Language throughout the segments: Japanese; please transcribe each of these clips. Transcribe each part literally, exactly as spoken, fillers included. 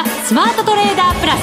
ザ・スマートトレーダープラス。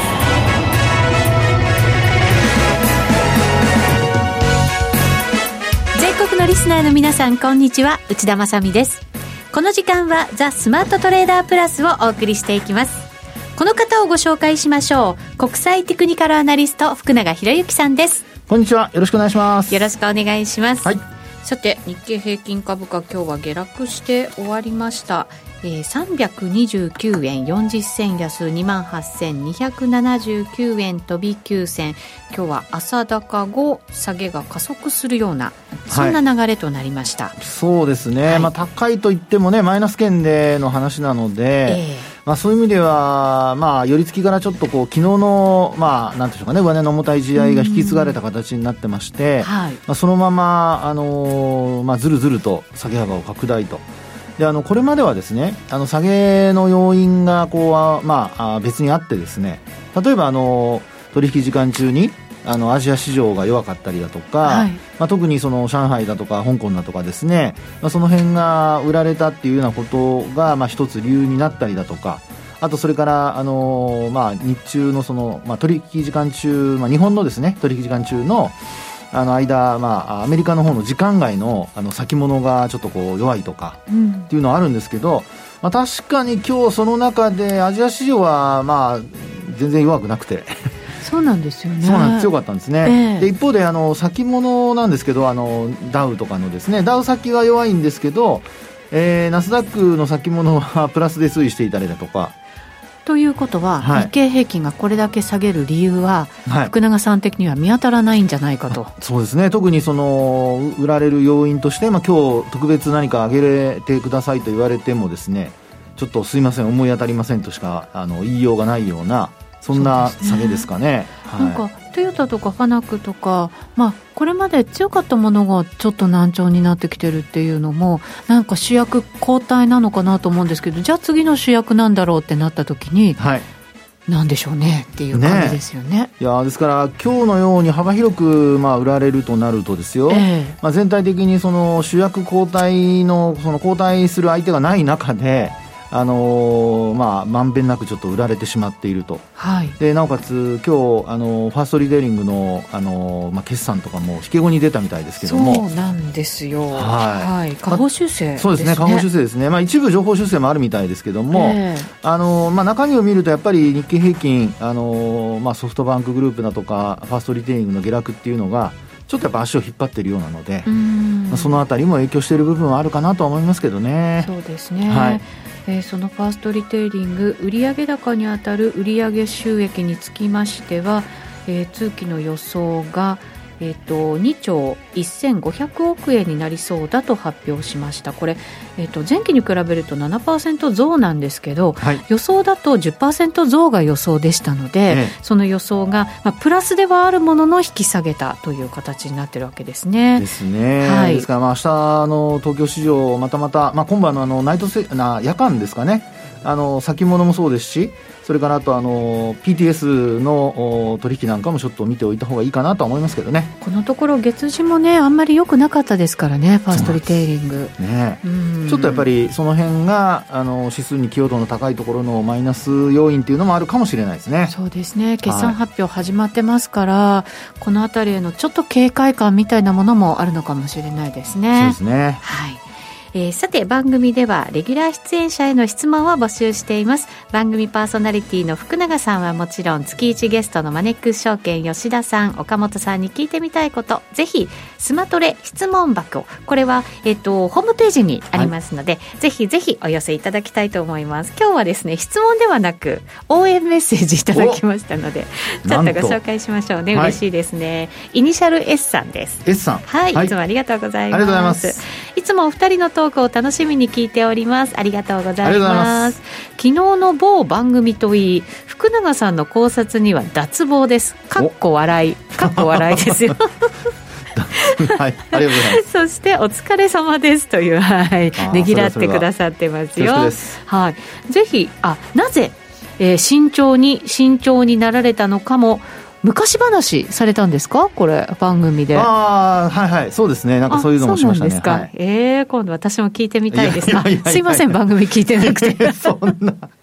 全国のリスナーの皆さん、こんにちは、内田まさみです。この時間はザ・スマートトレーダープラスをお送りしていきます。この方をご紹介しましょう。国際テクニカルアナリスト、福永博之さんです。 こんにちは、よろしくお願いします。 よろしくお願いします、 はい。 さて、日経平均株価、今日は下落して終わりました。えー、さんびゃくにじゅうきゅうえんよんじゅっせん安 にまんはっせんにひゃくななじゅうきゅうえん飛びきゅうせん。今日は朝高後下げが加速するような、そんな流れとなりました、はい、 そうですね、 はい、 まあ、高いといってもねマイナス圏での話なので、えーまあ、そういう意味では、まあ、寄り付きからちょっとこう昨日の、まあ、なんていうんでしょうかね、上値の重たい試合が引き継がれた形になってまして、はい、まあ、そのまま、あのーまあ、ずるずると下げ幅を拡大と。であのこれまではですね、あの下げの要因がこう、まあ、別にあってですね、例えばあの取引時間中にあのアジア市場が弱かったりだとか、はい、まあ、特にその上海だとか香港だとかですね、まあ、その辺が売られたっていうようなことが、まあ、一つ理由になったりだとか、あとそれからあの、まあ、日中のその、まあ、取引時間中、まあ、日本のですね取引時間中のあの間、まあ、アメリカの方の時間外 の, あの先物がちょっとこう弱いとかっていうのはあるんですけど、うん、まあ、確かに今日その中でアジア市場はまあ全然弱くなくてそうなんですよね。 そうなんです、強かったんですね、えー、で一方であの先物なんですけど、あのダウとかのですね、ダウ先は弱いんですけど、えー、ナスダックの先物はプラスで推移していたりだとか。 ということは、はい、日経平均がこれだけ下げる理由は、はい、福永さん的には見当たらないんじゃないかと。 そうですね、特にその売られる要因として、まあ、今日特別何か上げてくださいと言われてもですね、ちょっとすいません思い当たりませんとしかあの言いようがないような、そんな下げですかね。はい、 なんかトヨタとかファナックとか、まあ、これまで強かったものがちょっと難聴になってきてるっていうのも、なんか主役交代なのかなと思うんですけど、じゃあ次の主役なんだろうってなった時に、はい、なんでしょうねっていう感じですよ ね, ねいやですから今日のように幅広く、まあ、売られるとなるとですよ、えーまあ、全体的にその主役交代 の, その交代する相手がない中で、あのーまあ、まんべんなくちょっと売られてしまっていると、はい、でなおかつ今日、あのー、ファーストリテイリングの、あのーまあ、決算とかも引け後に出たみたいですけども、 そうなんですよ、はいはい、下方修正ですね、 まあ、そうですね、下方修正ですね、まあ、一部情報修正もあるみたいですけども、えーあのーまあ、中身を見るとやっぱり日経平均、あのーまあ、ソフトバンクグループだとかファーストリテイリングの下落っていうのがちょっとやっぱ足を引っ張っているようなので、まあ、そのあたりも影響している部分はあるかなとは思いますけどね。 そうですね、 はい、 えー、そのファーストリテイリング売上高にあたる売上収益につきましては、えー、通期の予想が、えー、とにちょうせんごひゃくおくえんになりそうだと発表しました。これ、えー、と前期に比べると ななパーセント 増なんですけど、はい、予想だと じゅっパーセント 増が予想でしたので、ええ、その予想が、まあ、プラスではあるものの引き下げたという形になっているわけですね。 ですね、 はい、 ですから、まあ、明日の東京市場またまた、まあ、今晩のあのナイトセな夜間ですかね、あの先物もそうですし、それからあとあの ピーティーエス の取引なんかもちょっと見ておいた方がいいかなとは思いますけどね。 このところ月次もねあんまり良くなかったですからね、ファーストリテイリング、 ね、ちょっとやっぱりその辺があの指数に寄与度の高いところのマイナス要因っていうのもあるかもしれないですね。 そうですね、決算発表始まってますから、はい、このあたりへのちょっと警戒感みたいなものもあるのかもしれないですね。 そうですね、 はい。えー、さて番組ではレギュラー出演者への質問を募集しています。番組パーソナリティの福永さんはもちろん、月いちゲストのマネックス証券吉田さん、岡本さんに聞いてみたいこと、ぜひスマトレ質問箱、これは、えー、とホームページにありますので、はい、ぜひぜひお寄せいただきたいと思います。今日はですね、質問ではなく応援メッセージいただきましたので、ちょっとご紹介しましょうね。嬉しいですね、はい、イニシャル S さんです。 S さん、 はい、はい、いつもありがとうございます。 ありがとうございます。 いつもお二人のトークを楽しみに聞いております。ありがとうございます。昨日の某番組といい、福永さんの考察には脱帽です。かっこ笑い、かっこ笑いですよはい、ありがとうございます。 そしてお疲れ様ですという、はい、ねぎらってくださってますよ。はい、ぜひ、あ、なぜ、えー、慎重に慎重になられたのかも昔話されたんですか、これ番組で。 ああ、はいはい、そうですね、なんかそういうのもしましたね。 そうなんですか、はい、えー、今度私も聞いてみたいです。 いやいやいやいや、 すいません番組聞いてなくてそんな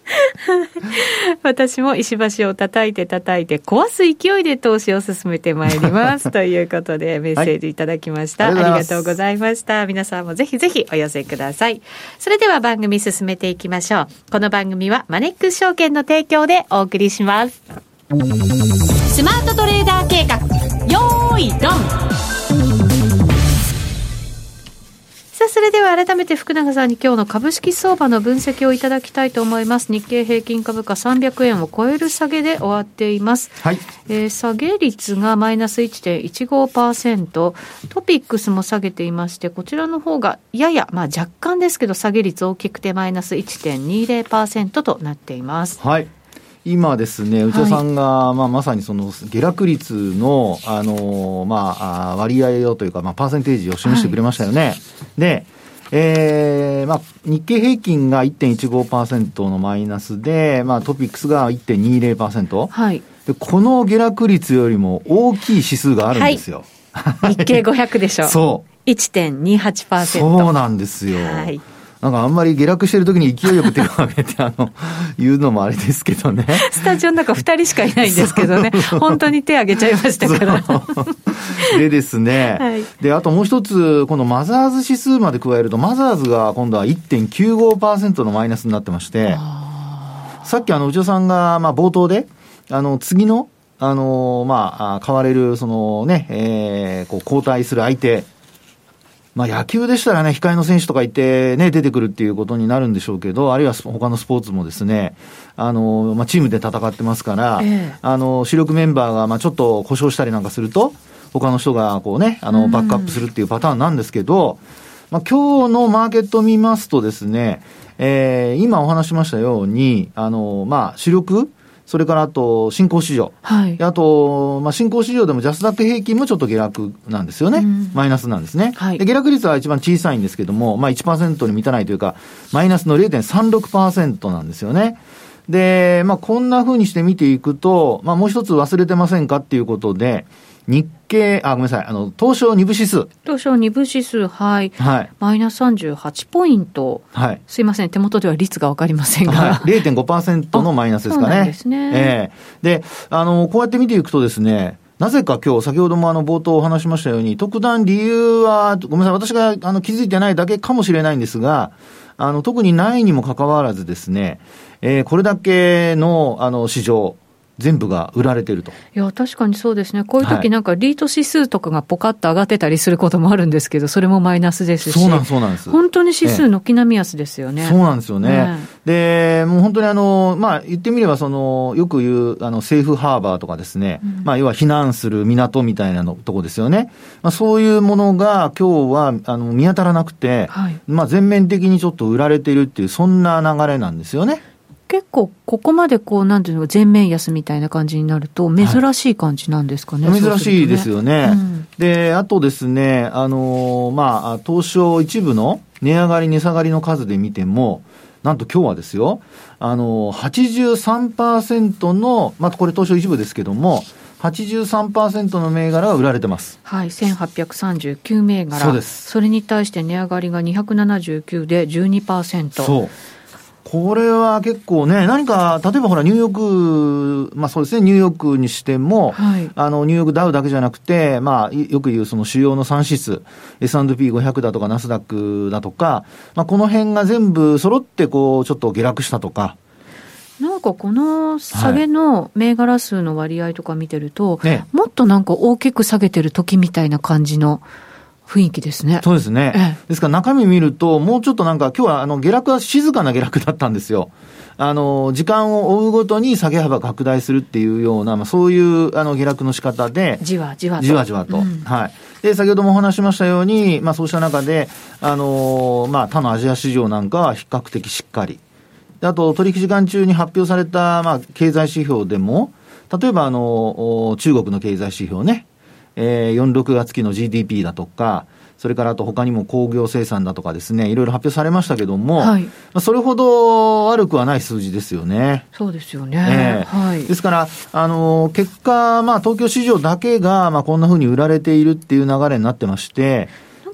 私も石橋を叩いて叩いて壊す勢いで投資を進めてまいりますということでメッセージいただきました、はい、ありがとうございました。皆さんもぜひぜひお寄せください。それでは番組進めていきましょう。この番組はマネックス証券の提供でお送りします。スマートトレーダー計画、よーいドン。さあ、それでは改めて福永さんに今日の株式相場の分析をいただきたいと思います。日経平均株価さんびゃくえんを超える下げで終わっています、はい。えー、下げ率がマイナス いってんいちごパーセント、 トピックスも下げていまして、こちらの方がやや、まあ、若干ですけど下げ率大きくてマイナス いってんにじゅうパーセント となっています。 はい、今ですね、内田さんが、はい、まあ、まさにその下落率の、あのーまあ、割合をというか、まあ、パーセンテージを示してくれましたよね、はい。で、えーまあ、日経平均が いってんいちごパーセント のマイナスで、まあ、トピックスが いってんにじゅうパーセント、はい、でこの下落率よりも大きい指数があるんですよ、 はい、日経ごひゃくでしょ。 そういってんにじゅうはちパーセント。 そうなんですよ、 はい。 なんかあんまり下落してる時に勢いよく手を挙げてあの言うのもあれですけどね。 スタジオの中ふたりしかいないんですけどね。本当に手挙げちゃいましたからでですね、はい、であともう一つ、このマザーズ指数まで加えると、マザーズが今度は いってんきゅうごパーセント のマイナスになってまして、さっきあの内田さんがまあ冒頭であの次のあのまあ買われるそのね、えー、こう交代する相手、まあ、野球でしたらね、控えの選手とかいてね、出てくるっていうことになるんでしょうけど、あるいは他のスポーツもですね、あの、まあ、チームで戦ってますから、ええ、あの、主力メンバーが、まあ、ちょっと故障したりなんかすると、他の人がこうね、あの、バックアップするっていうパターンなんですけど、まあ、今日のマーケットを見ますとですね、えー、今お話しましたように、あの、まあ、主力、それからあと新興市場、はい、あと、まあ、新興市場でもジャスダック平均もちょっと下落なんですよね、うん、マイナスなんですね、はい、で下落率は一番小さいんですけども、まあ、いちパーセントに満たないというかマイナスの れいてんさんろくパーセント なんですよね。で、まあ、こんな風にして見ていくと、まあ、もう一つ忘れてませんかっていうことで、日経、あ、ごめんなさい、あの、東証に部指数。 東証に部指数、はい。はい。マイナスさんじゅうはちポイント。はい。すいません、手元では率がわかりませんが。はい、 れいてんごパーセント のマイナスですかね。そうですね。ええー。で、あの、こうやって見ていくとですね、なぜか今日、先ほどもあの、冒頭お話しましたように、特段理由は、ごめんなさい、私があの気づいてないだけかもしれないんですが、あの、特にないにもかかわらずですね、えー、これだけの、あの、市場、全部が売られてると。 いや確かにそうですね。こういう時なんかリート指数とかがポカッと上がってたりすることもあるんですけど、それもマイナスですし、 そうなんそうなんです。 本当に指数軒並み安ですよね。 そうなんですよね。でもう本当にあのまあ言ってみればそのよく言うあのセーフハーバーとかですね、うん、まあ要は避難する港みたいなのとこですよね。まあそういうものが今日はあの見当たらなくて、はい、まあ全面的にちょっと売られてるっていうそんな流れなんですよね。 結構ここまでこうなんていうの全面安みたいな感じになると珍しい感じなんですかね。 はい、珍しいですよね。うん、であとですね、あのまあ東証一部の値上がり値下がりの数で見ても、なんと今日はですよ、あの はちじゅうさんパーセント の、まあこれ東証一部ですけども、はちじゅうさんパーセント の銘柄が売られてます。 はい、せんはっぴゃくさんじゅうきゅう銘柄。 そうです。 それに対して値上がりがにひゃくななじゅうきゅうで じゅうにパーセント。 そう。これは結構ね、何か、例えばほら、ニューヨーク、まあそうですね、ニューヨークにしても、はい、あの、ニューヨークダウだけじゃなくて、まあ、よく言うその主要のさん指数、エスアンドピーごひゃく だとか、ナスダックだとか、まあこの辺が全部揃って、こう、ちょっと下落したとか。 なんかこの下げの銘柄数の割合とか見てると、はいね、もっとなんか大きく下げてる時みたいな感じの、雰囲気ですね。 そうですね。ええ、ですから中身見ると、もうちょっとなんか、今日はあの下落は静かな下落だったんですよ。あの、時間を追うごとに下げ幅拡大するっていうような、まあ、そういうあの下落の仕方で、 じわじわと。 じわじわと。うん、はい。で、先ほどもお話しましたように、まあそうした中で、あの、まあ他のアジア市場なんかは比較的しっかり。であと、取引時間中に発表された、まあ経済指標でも、例えばあの、中国の経済指標ね、えー、よん、ろくがつ期の ジーディーピー だとか、それからあと他にも工業生産だとかですね、いろいろ発表されましたけども、はい、まあ、それほど悪くはない数字ですよね。 そうですよね。 えーはい、ですから、あの、結果、まあ東京市場だけが、まあこんな風に売られているっていう流れになってまして、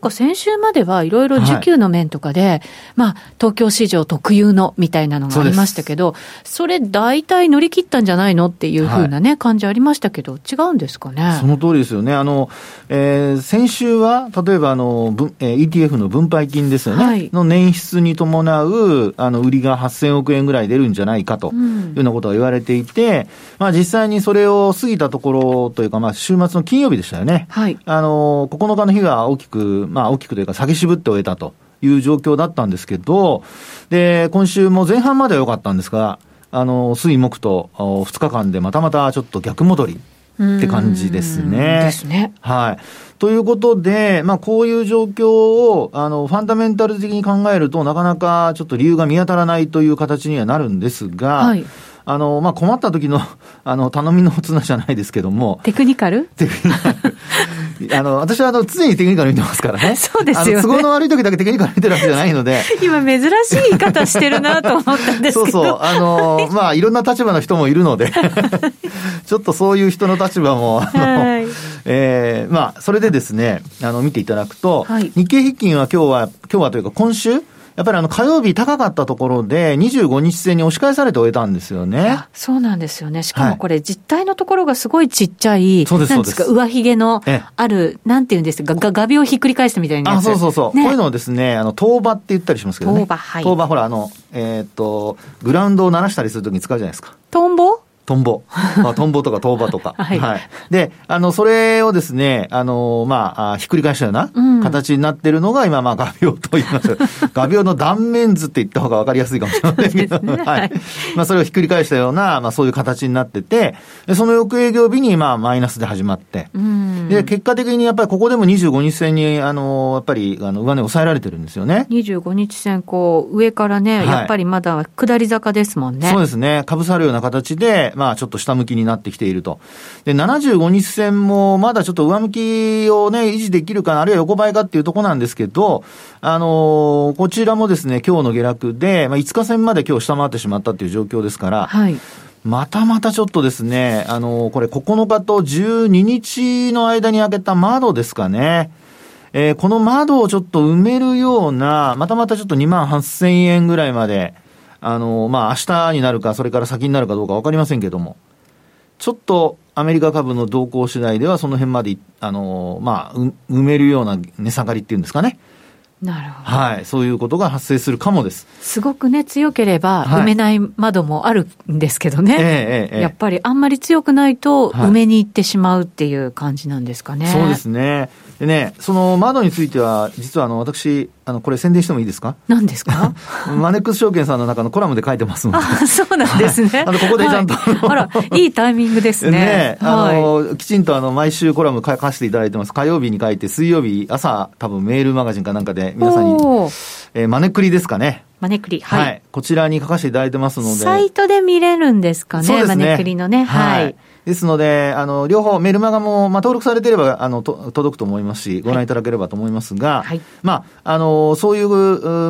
か先週まではいろいろ需給の面とかで、はい、まあ、東京市場特有のみたいなのがありましたけど、 そ, それ大体乗り切ったんじゃないのっていう風な、ね、はい、感じありましたけど、違うんですかね。 その通りですよね。あの、えー、先週は例えばあの、えー、イーティーエフ の分配金ですよね、はい、の捻出に伴うあの売りがはっせんおくえんぐらい出るんじゃないかというようなことが言われていて、うん、まあ、実際にそれを過ぎたところというか、まあ、週末の金曜日でしたよね、はい、あのここのかの日が大きく、まあ、大きくというか下げ渋って終えたという状況だったんですけど、で今週も前半までは良かったんですが、あの水木とふつかかんでまたまたちょっと逆戻りって感じですね。 ですね。 はい。ということで、まあ、こういう状況をあのファンダメンタル的に考えるとなかなかちょっと理由が見当たらないという形にはなるんですが、はい、あのまあ、困った時のあの頼みの綱じゃないですけども、 テクニカルテクニカルあの私はあの常にテクニカル見てますからね。 そうですよね。 都合の悪い時だけテクニカル見てるわけじゃないので今珍しい言い方してるなと思ったんですけど、 そうそう、あのまあいろんな立場の人もいるのでちょっとそういう人の立場もあの、はい、えー、まあそれでですね、あの見ていただくと、はい、日経平均は今日は今日はというか今週やっぱりあの火曜日高かったところでにじゅうごにち線に押し返されて終えたんですよね。 そうなんですよね。しかもこれ実体のところがすごいちっちゃい、 そうです、 なんですか、上髭のある、なんていうんですか、画鋲をひっくり返したみたいなやつ。 あ、そうそうそう、ね、こういうのをですね、あの東場って言ったりしますけどね。 東場、はい。 東場、ほらあのえー、っとグラウンドを鳴らしたりするときに使うじゃないですか。 トンボ？ トンボ。あ、トンボとかトーバとか。はい。はい。で、あの、それをですね、あの、まあ、ひっくり返したような形になっているのが、うん、今、まあ、画鋲と言います。画鋲の断面図って言った方が分かりやすいかもしれませんけど、ね、はい。まあ、それをひっくり返したような、まあ、そういう形になってて、でその翌営業日に、まあ、マイナスで始まって、うん、で、結果的にやっぱりここでもにじゅうごにち線に、あの、やっぱり、あの、上値抑えられてるんですよね。 にじゅうごにち線、こう、上からね、はい、やっぱりまだ下り坂ですもんね。 そうですね。かぶさるような形で、まあ、ちょっと下向きになってきていると。で、ななじゅうごにち線もまだちょっと上向きをね、維持できるかな、あるいは横ばいかっていうところなんですけど、あのー、こちらもですね、今日の下落で、まあ、いつか線まで今日下回ってしまったっていう状況ですから、はい。またまたちょっとですね、あのー、これここのかとじゅうににちの間に開けた窓ですかね。えー、この窓をちょっと埋めるような、またまたちょっとにまんはっせんえんぐらいまで、あのー、まあ、明日になるか、それから先になるかどうかわかりませんけども、ちょっとアメリカ株の動向次第ではその辺まで、あのー、まあ、埋めるような値下がりっていうんですかね。 なるほど。 はい。そういうことが発生するかもです。 すごくね、強ければ埋めない窓もあるんですけどね。はい、ええええ、やっぱりあんまり強くないと埋めに行ってしまうっていう感じなんですかね。 はい、そうですね。でね、その窓については、実はあの、私、あの、これ宣伝してもいいですか？ 何ですか？ マネックス証券さんの中のコラムで書いてますので。 あ、そうなんですね。はい、 あの、ここでちゃんと、はい、 あら、いいタイミングですね。 ね、あの、はい、きちんとあの、毎週コラム書かせていただいてます。火曜日に書いて、水曜日朝、多分メールマガジンかなんかで皆さんに、えー、マネックリですかね。 マネクリ、はい、はい。 こちらに書かせていただいてますので。 サイトで見れるんですかね。そうですね。マネクリのね。はい。はい、 ですので、あの、両方、メルマガも、まあ、登録されていれば、あの、と、届くと思いますし、ご覧いただければと思いますが、はい、まあ、あの、そういう、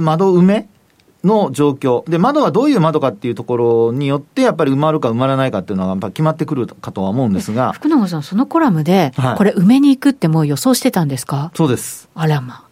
窓埋めの状況。で、窓はどういう窓かっていうところによって、やっぱり埋まるか埋まらないかっていうのが、やっぱ決まってくるかとは思うんですが。 福永さん、そのコラムで、はい、これ埋めに行くってもう予想してたんですか？ そうです。 あらま。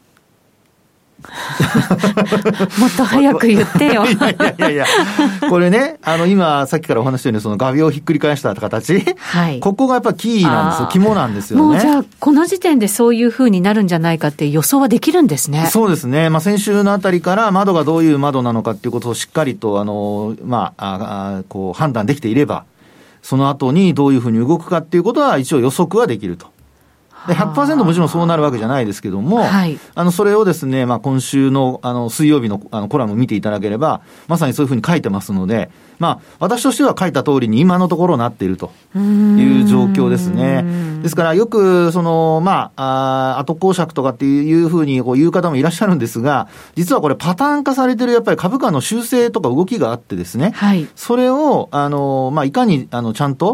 もっと早く言ってよ。 いやいやいやいや、これね、あの今さっきからお話したようにその画鋲をひっくり返した形、はい、ここがやっぱキーなんですよ、肝なんですよね。 もうじゃあこの時点でそういう風になるんじゃないかって予想はできるんですね。 そうですね。まあ先週のあたりから窓がどういう窓なのかっていうことをしっかりとあのまああこう判断できていれば、その後にどういう風に動くかっていうことは一応予測はできると。で ひゃくパーセント もちろんそうなるわけじゃないですけども、はい、あのそれをですね、まあ、今週の、あの水曜日の、あのコラムを見ていただければまさにそういうふうに書いてますので、まあ、私としては書いた通りに今のところなっているという状況ですね。ですからよくその、まあ、あ後講釈とかっていうふうにこう言う方もいらっしゃるんですが、実はこれパターン化されてるやっぱり株価の修正とか動きがあってですね、はい、それをあの、まあ、いかにあのちゃんと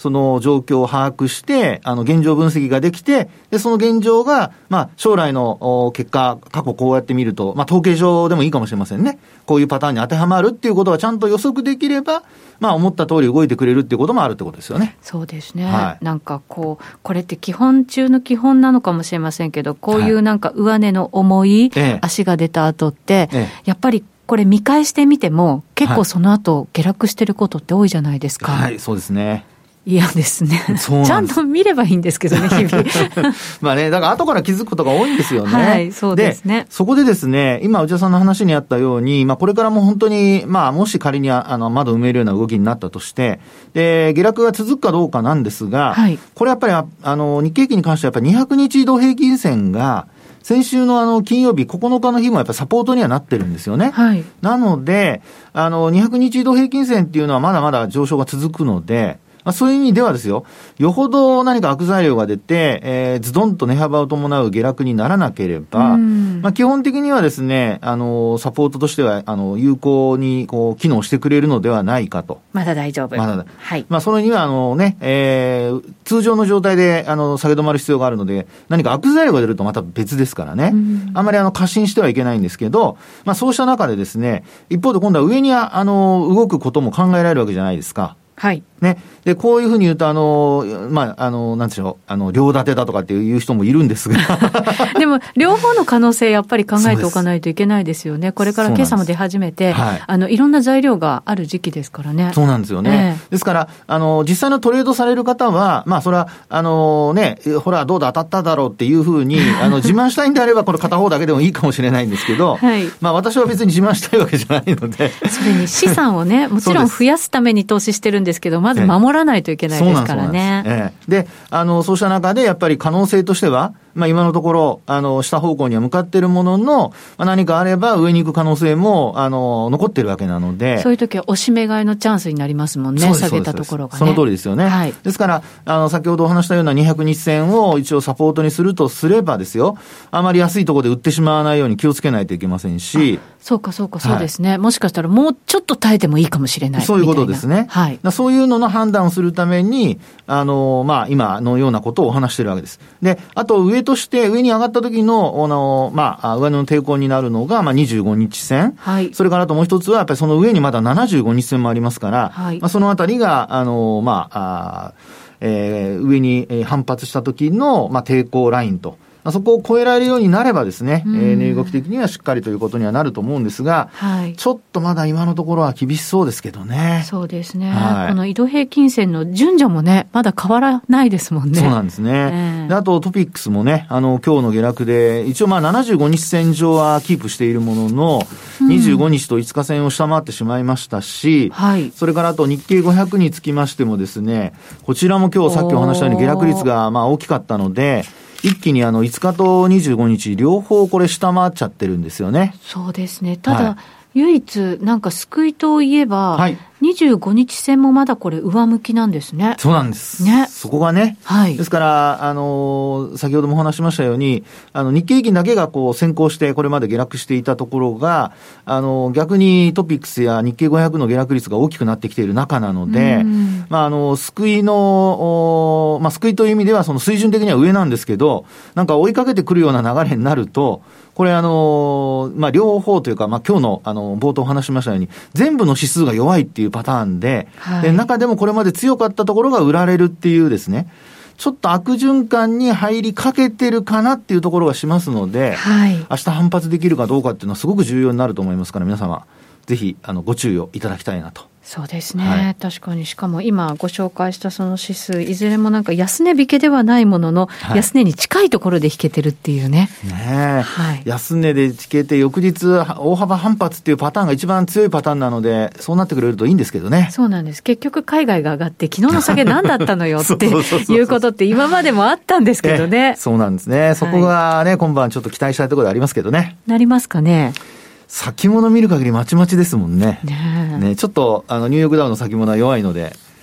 その状況を把握して、あの、現状分析ができて、で、その現状が、まあ、将来の結果、過去こうやって見ると、まあ、統計上でもいいかもしれませんね。こういうパターンに当てはまるっていうことがちゃんと予測できれば、まあ、思った通り動いてくれるっていうこともあるってことですよね。 そうですね。はい、なんかこう、これって基本中の基本なのかもしれませんけど、こういうなんか上値の重い足が出た後って、ええ、やっぱりこれ見返してみても、結構その後下落してることって多いじゃないですか。 はい、はい、そうですね。 嫌ですね。ちゃんと見ればいいんですけどね、日々。 まあね、だから後から気づくことが多いんですよね。 はい、そうですね。 で、そこでですね、今内田さんの話にあったように、まあこれからも本当に、まあもし仮にあの窓埋めるような動きになったとして、で、下落が続くかどうかなんですが、はい、これやっぱりあの日経平均に関してはやっぱりにひゃくにち移動平均線が、先週のあの金曜日ここのかの日もやっぱりサポートにはなってるんですよね。はい。なので、あのにひゃくにち移動平均線っていうのはまだまだ上昇が続くので、まあ、そういう意味ではですよ、よほど何か悪材料が出て、えー、ズドンと値幅を伴う下落にならなければ、まあ、基本的にはですね、あの、サポートとしては、あの、有効に、こう、機能してくれるのではないかと。 まだ大丈夫。 まだ、はい。まあ、それには、あのね、えー、通常の状態で、あの、下げ止まる必要があるので、何か悪材料が出るとまた別ですからね。あんまり、あの、過信してはいけないんですけど、まあ、そうした中でですね、一方で今度は上に、あの、動くことも考えられるわけじゃないですか。 はい。 ね。で、こういうふうに言うと、あの、まあ、あの、なんでしょう、あの、両立てだとかっていう人もいるんですが。 でも、両方の可能性やっぱり考えておかないといけないですよね。これから今朝も出始めて、はい、あの、いろんな材料がある時期ですからね。 そうなんですよね。えー、ですから、あの、実際のトレードされる方は、まあ、それは、あのね、ほら、どうだ当たっただろうっていうふうに、あの、自慢したいんであれば、これ片方だけでもいいかもしれないんですけど、はい、まあ、私は別に自慢したいわけじゃないので。 それに資産をね、もちろん増やすために投資してるんですけど、まず守らないといけないですからね。 ええ、で、あの、そうした中でやっぱり可能性としては、まあ今のところ、あの、下方向には向かっているものの、まあ、何かあれば上に行く可能性も、あの、残っているわけなので。 そういう時は押し目買いのチャンスになりますもんね、下げたところがね。 その通りですよね。はい。ですから、あの、先ほどお話したようなにひゃくにち線を一応サポートにするとすればですよ、あまり安いところで売ってしまわないように気をつけないといけませんし。 そうかそうか、そうですね、はい。もしかしたらもうちょっと耐えてもいいかもしれない。 そういうことですね。はい。そういうのの判断をするために、あの、まあ今のようなことをお話しているわけです。で、あと上として、上に上がった時の、あの、まあ、上の抵抗になるのが、まあにじゅうごにち線。はい。それからあともう一つは、やっぱりその上にまだななじゅうごにち線もありますから、はい。まあそのあたりが、あの、まあ、あえー、上に反発した時の、まあ抵抗ラインと。そこを超えられるようになればですね、うん、えー、値動き的にはしっかりということにはなると思うんですが、はい、ちょっとまだ今のところは厳しそうですけどね。 そうですね。はい、この移動平均線の順序もね、まだ変わらないですもんね。 そうなんですね。えー、であとトピックスもね、あの今日の下落で一応まあななじゅうごにち線上はキープしているものの、うん、にじゅうごにちといつか線を下回ってしまいましたし、はい、それからあと日経ごひゃくにつきましてもですね、こちらも今日さっきお話したように下落率がまあ大きかったので、一気にあのいつかとにじゅうごにち両方これ下回っちゃってるんですよね。 そうですね。ただ、はい、唯一なんか救いといえば、はい、にじゅうごにち線もまだこれ上向きなんですね。 そうなんです。ね。そこがね。はい。ですから、あのー、先ほどもお話しましたように、あの、日経平均だけがこう先行してこれまで下落していたところが、あのー、逆にトピックスや日経ごひゃくの下落率が大きくなってきている中なので、まあ、あの、救いの、まあ、救いという意味ではその水準的には上なんですけど、なんか追いかけてくるような流れになると、これあの、まあ、両方というか、まあ、今日のあの、冒頭お話しましたように、全部の指数が弱いっていうパターンで、はい、で中でもこれまで強かったところが売られるっていうですね、ちょっと悪循環に入りかけてるかなっていうところがしますので、はい、明日反発できるかどうかっていうのはすごく重要になると思いますから、皆様ぜひあのご注意をいただきたいなと。 そうですね、はい、確かに。しかも今ご紹介したその指数、いずれもなんか安値引けではないものの、はい、安値に近いところで引けてるっていうね。 ねえ、はい、安値で引けて翌日大幅反発っていうパターンが一番強いパターンなので、そうなってくれるといいんですけどね。 そうなんです。結局海外が上がって昨日の下げ何だったのよっていうことって今までもあったんですけどね。 そうなんですね。そこがね、はい、今晩ちょっと期待したいところでありますけどね。 なりますかね。 先物見る限りまちまちですもんね。ねえ。ね、ちょっとあのニューヨークダウの先物は弱いので、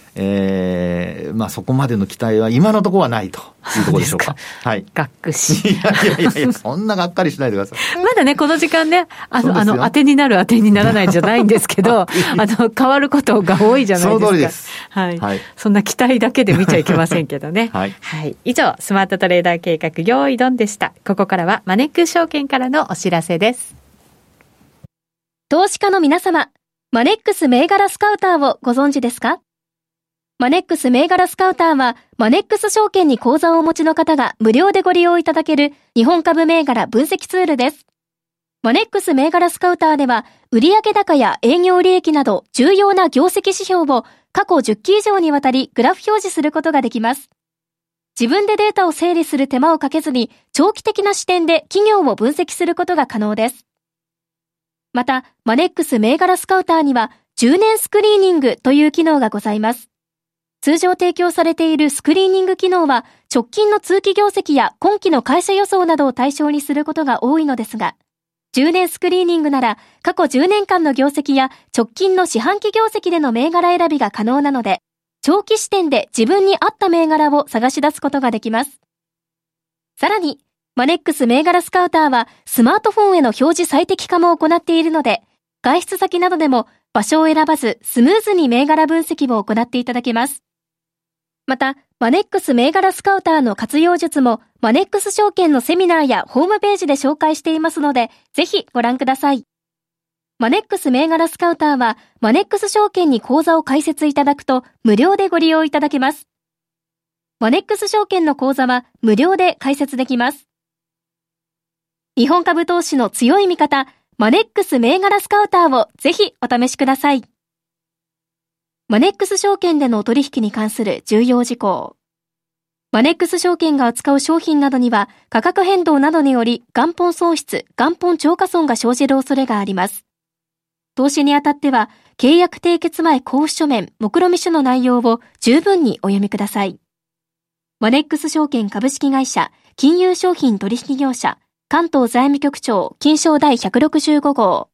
えー、まあそこまでの期待は今のところはないというところでしょうか。はい。 がっくし。 いやいやいやいや、そんながっかりしないでください。 まだね、この時間ね、あの、あの、当てになる当てにならないじゃないんですけど、あの、変わることが多いじゃないですか。 その通りです。 はい。はい、そんな期待だけで見ちゃいけませんけどね。はい。はい。以上、スマートトレーダー計画、用意ドンでした。ここからはマネックス証券からのお知らせです。 投資家の皆様、マネックス銘柄スカウターをご存知ですか？マネックス銘柄スカウターは、マネックス証券に口座をお持ちの方が無料でご利用いただける日本株銘柄分析ツールです。マネックス銘柄スカウターでは、売上高や営業利益など重要な業績指標を過去じゅっき以上にわたりグラフ表示することができます。自分でデータを整理する手間をかけずに、長期的な視点で企業を分析することが可能です。また、マネックス銘柄スカウターには、じゅうねんスクリーニングという機能がございます。通常提供されているスクリーニング機能は、直近の通期業績や今期の会社予想などを対象にすることが多いのですが、じゅうねんスクリーニングなら、過去じゅうねんかんの業績や直近の四半期業績での銘柄選びが可能なので、長期視点で自分に合った銘柄を探し出すことができます。さらに、マネックス銘柄スカウターはスマートフォンへの表示最適化も行っているので、外出先などでも場所を選ばずスムーズに銘柄分析を行っていただけます。また、マネックス銘柄スカウターの活用術もマネックス証券のセミナーやホームページで紹介していますので、ぜひご覧ください。マネックス銘柄スカウターはマネックス証券に口座を開設いただくと無料でご利用いただけます。マネックス証券の口座は無料で開設できます。日本株投資の強い味方、マネックス銘柄スカウターをぜひお試しください。マネックス証券での取引に関する重要事項。マネックス証券が扱う商品などには価格変動などにより元本損失、元本超過損が生じる恐れがあります。投資にあたっては契約締結前交付書面、目論見書の内容を十分にお読みください。マネックス証券株式会社、金融商品取引業者、関東財務局長、金商第ひゃくろくじゅうご号。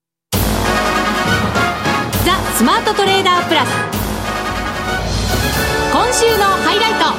ザ・スマートトレーダープラス。今週のハイライト。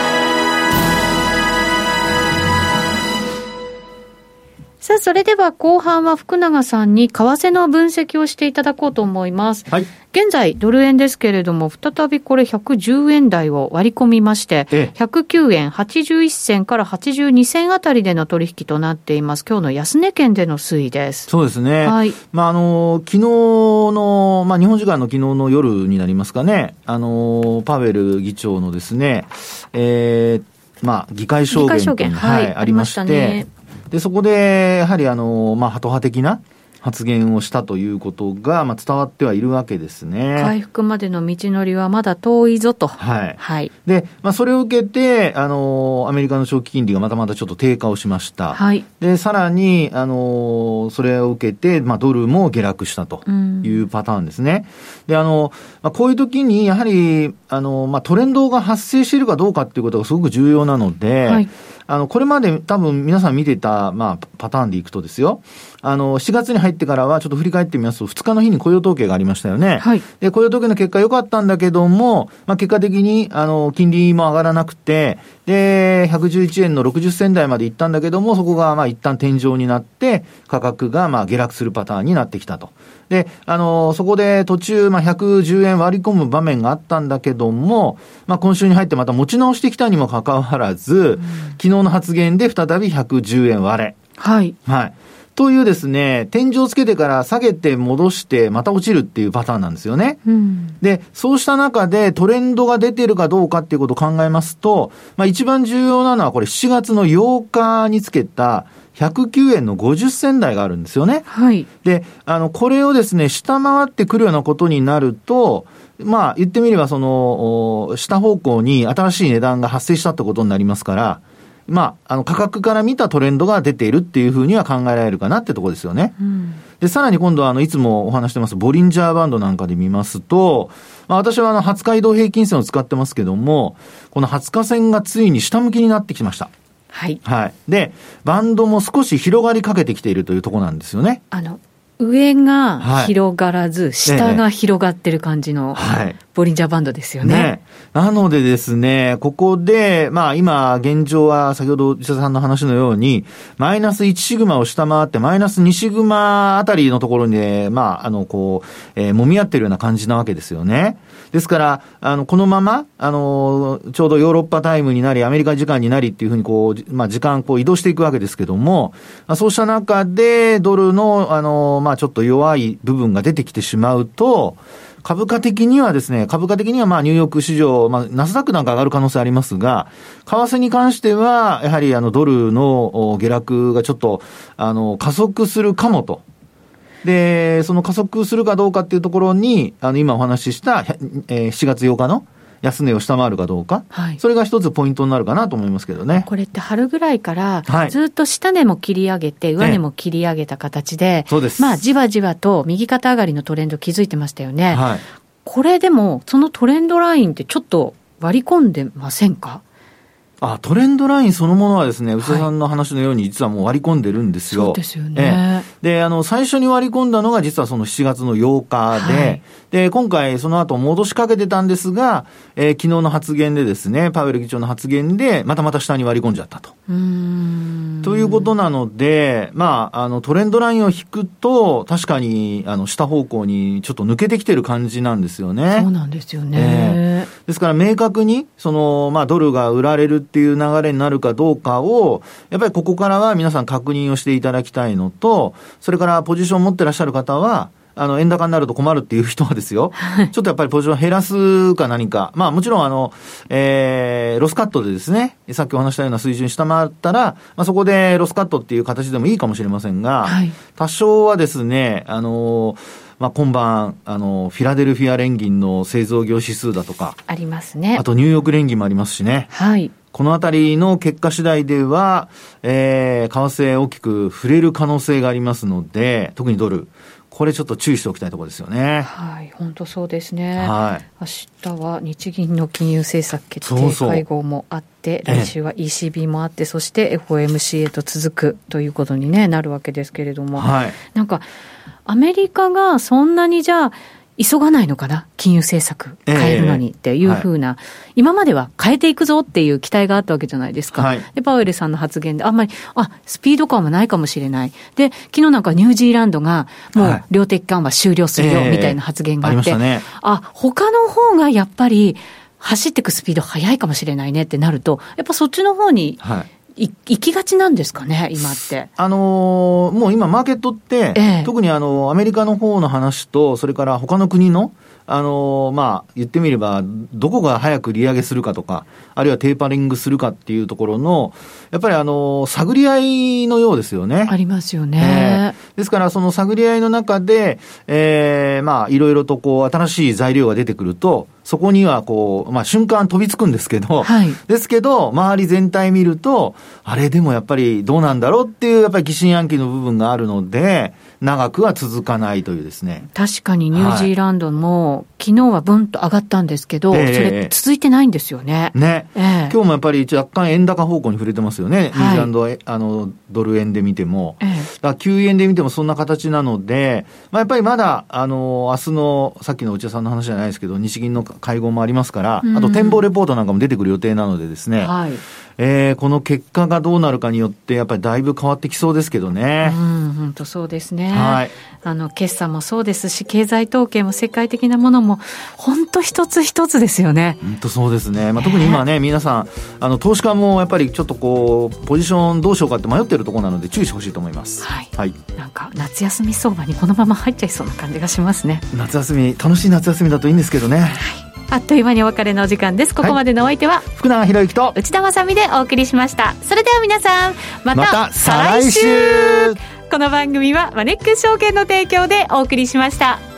さあ、それでは後半は福永さんに為替の分析をしていただこうと思います。はい、現在ドル円ですけれども、再びこれひゃくじゅうえん台を割り込みまして、ええ、ひゃくきゅうえんはちじゅういっ銭からはちじゅうに銭あたりでの取引となっています。今日の安値圏での推移です。 そうですね。はい。まあ、あの、昨日の、まあ、日本時間の昨日の夜になりますかね、あの、パウエル議長のですね、えー、まあ、議会証言。議会証言、はい、はい、ありまして、ありましたね。で、そこで、やはりあの、まあ、ハト派的な発言をしたということが、まあ、伝わってはいるわけですね。 回復までの道のりはまだ遠いぞと。 はい。はい。で、まあ、それを受けて、あの、アメリカの長期金利がまたまたちょっと低下をしました。はい。で、さらに、あの、それを受けて、まあ、ドルも下落したというパターンですね。で、あの、まあ、こういう時に、やはり、あの、まあ、トレンドが発生しているかどうかっていうことがすごく重要なので、はい。あの、これまで多分皆さん見てた、まあ、パターンでいくとですよ。あの、しがつに入ってからはちょっと振り返ってみますと、ふつかの日に雇用統計がありましたよね。はい。で、雇用統計の結果良かったんだけども、まあ、結果的に、あの、金利も上がらなくて、で、ひゃくじゅういちえんのろくじゅっ銭台まで行ったんだけども、そこが、まあ、一旦天井になって、価格が、まあ、下落するパターンになってきたと。で、あの、そこで途中、まあ、ひゃくじゅうえん割り込む場面があったんだけども、まあ、今週に入ってまた持ち直してきたにもかかわらず、うん、昨日の発言で再びひゃくじゅうえん割れ。はい。はい。というですね、天井をつけてから下げて戻してまた落ちるっていうパターンなんですよね。うん、で、そうした中でトレンドが出てるかどうかっていうことを考えますと、まあ一番重要なのはこれしちがつのようかにつけたひゃくきゅうえんのごじゅっ銭台があるんですよね。はい。で、あの、これをですね、下回ってくるようなことになると、まあ言ってみればその、下方向に新しい値段が発生したってことになりますから、まあ、あの価格から見たトレンドが出ているっていうふうには考えられるかなってところですよね。うん、で、さらに今度はあのいつもお話してますボリンジャーバンドなんかで見ますと、まあ、私はあのはつか移動平均線を使ってますけども、このはつか線がついに下向きになってきました。はい。はい。で、バンドも少し広がりかけてきているというところなんですよね。 あの、 上が広がらず、はい、下が広がってる感じのボリンジャーバンドですよね。ね、 なのでですね、ここで、まあ今現状は先ほど内田さんの話のように、マイナスいちシグマを下回ってマイナスにシグマあたりのところに、ね、まああのこう、えー、揉み合ってるような感じなわけですよね。ですから、あの、このまま、あの、ちょうどヨーロッパタイムになり、アメリカ時間になりっていうふうにこう、まあ時間こう移動していくわけですけども、まあ、そうした中でドルの、あの、まあちょっと弱い部分が出てきてしまうと、株価的にはですね、株価的にはまあニューヨーク市場、まあナスダックなんか上がる可能性ありますが、為替に関しては、やはりあのドルの下落がちょっと、あの、加速するかもと。で、その加速するかどうかっていうところに、あの、今お話しした、えー、しちがつようかの安値を下回るかどうか、はい、それが一つポイントになるかなと思いますけどね。 これって春ぐらいからずっと下値も切り上げて、はい、上値も切り上げた形で、 そうです。 まあじわじわと右肩上がりのトレンド築いてましたよね。はい、これでもそのトレンドラインってちょっと割り込んでませんか？ あ、トレンドラインそのものはですね、内田さんの話のように実はもう割り込んでるんですよ。 そうですよね。 ええ、で、あの、最初に割り込んだのが実はそのしちがつのようかで、はい、で、今回その後戻しかけてたんですが、えー、昨日の発言でですね、パウエル議長の発言で、またまた下に割り込んじゃったと。 うーん。 ということなので、まあ、あの、トレンドラインを引くと、確かに、あの、下方向にちょっと抜けてきてる感じなんですよね。 そうなんですよね。 えー、ですから明確に、その、まあ、ドルが売られるっていう流れになるかどうかを、やっぱりここからは皆さん確認をしていただきたいのと、それからポジションを持ってらっしゃる方は、あの、円高になると困るっていう人はですよ、ちょっとやっぱりポジションを減らすか何か、まあもちろんあの、えー、ロスカットでですね、さっきお話したような水準下回ったら、まあそこでロスカットっていう形でもいいかもしれませんが、はい、多少はですね、あの、まあ、今晩、あの、フィラデルフィア連銀の製造業指数だとか。 ありますね。 あとニューヨーク連銀もありますしね。 はい。 このあたりの結果次第では、えー、為替大きく触れる可能性がありますので、特にドル。これちょっと注意しておきたいところですよね。 はい、本当そうですね。 はい。 明日は日銀の金融政策決定会合もあって、そうそう、来週は イーシービー もあって、そして エフオーエムシー へと続くということに、ね、なるわけですけれども、 はい、 なんかアメリカがそんなにじゃあ急がないのかな、金融政策変えるのにっていうふうな、えーはい、今までは変えていくぞっていう期待があったわけじゃないですか、はい、でパウエルさんの発言であんまりあスピード感はないかもしれない、で昨日なんかニュージーランドがもう量的緩和終了するよみたいな発言があって、 えーありましたね、 あ他の方がやっぱり走っていくスピード速いかもしれないねってなると、やっぱそっちの方に、はい、行きがちなんですかね、今って。 あのー、もう今マーケットって、ええ、特にあのアメリカの方の話と、それから他の国のあのー、まあ言ってみればどこが早く利上げするかとか、あるいはテーパリングするかっていうところのやっぱりあのー、探り合いのようですよね。 ありますよね。 えー、ですからその探り合いの中で、えー、まあいろいろとこう新しい材料が出てくると、そこにはこう、まあ瞬間飛びつくんですけど、はい、ですけど、周り全体見ると、あれでもやっぱりどうなんだろうっていう、やっぱり疑心暗鬼の部分があるので、長くは続かないというですね。 確かにニュージーランドも、はい、昨日はブンと上がったんですけど、えー、それ続いてないんですよね。 ね、えー。今日もやっぱり若干円高方向に触れてますよね。はい、ニュージーランド、あの、ドル円で見ても。えー、だからきゅうえんで見てもそんな形なので、まあやっぱりまだ、あの、明日の、さっきの内田さんの話じゃないですけど、日銀の会合もありますから、あと展望レポートなんかも出てくる予定なのでですね、はい、えー、この結果がどうなるかによってやっぱりだいぶ変わってきそうですけどね。 うん、本当そうですね。 はい、 あの決算もそうですし、経済統計も世界的なものも本当一つ一つですよね。 本当そうですね。まあ、特に今ね、えー、皆さんあの投資家もやっぱりちょっとこうポジションどうしようかって迷ってるところなので注意してほしいと思います。 はい。はい、なんか夏休み相場にこのまま入っちゃいそうな感じがしますね。 夏休み、楽しい夏休みだといいんですけどね。はい。 あっという間にお別れのお時間です。ここまでのお相手は、はい、 福永博之と内田まさみでお送りしました。それでは皆さんまた、 また再来週。 この番組はマネックス証券の提供でお送りしました。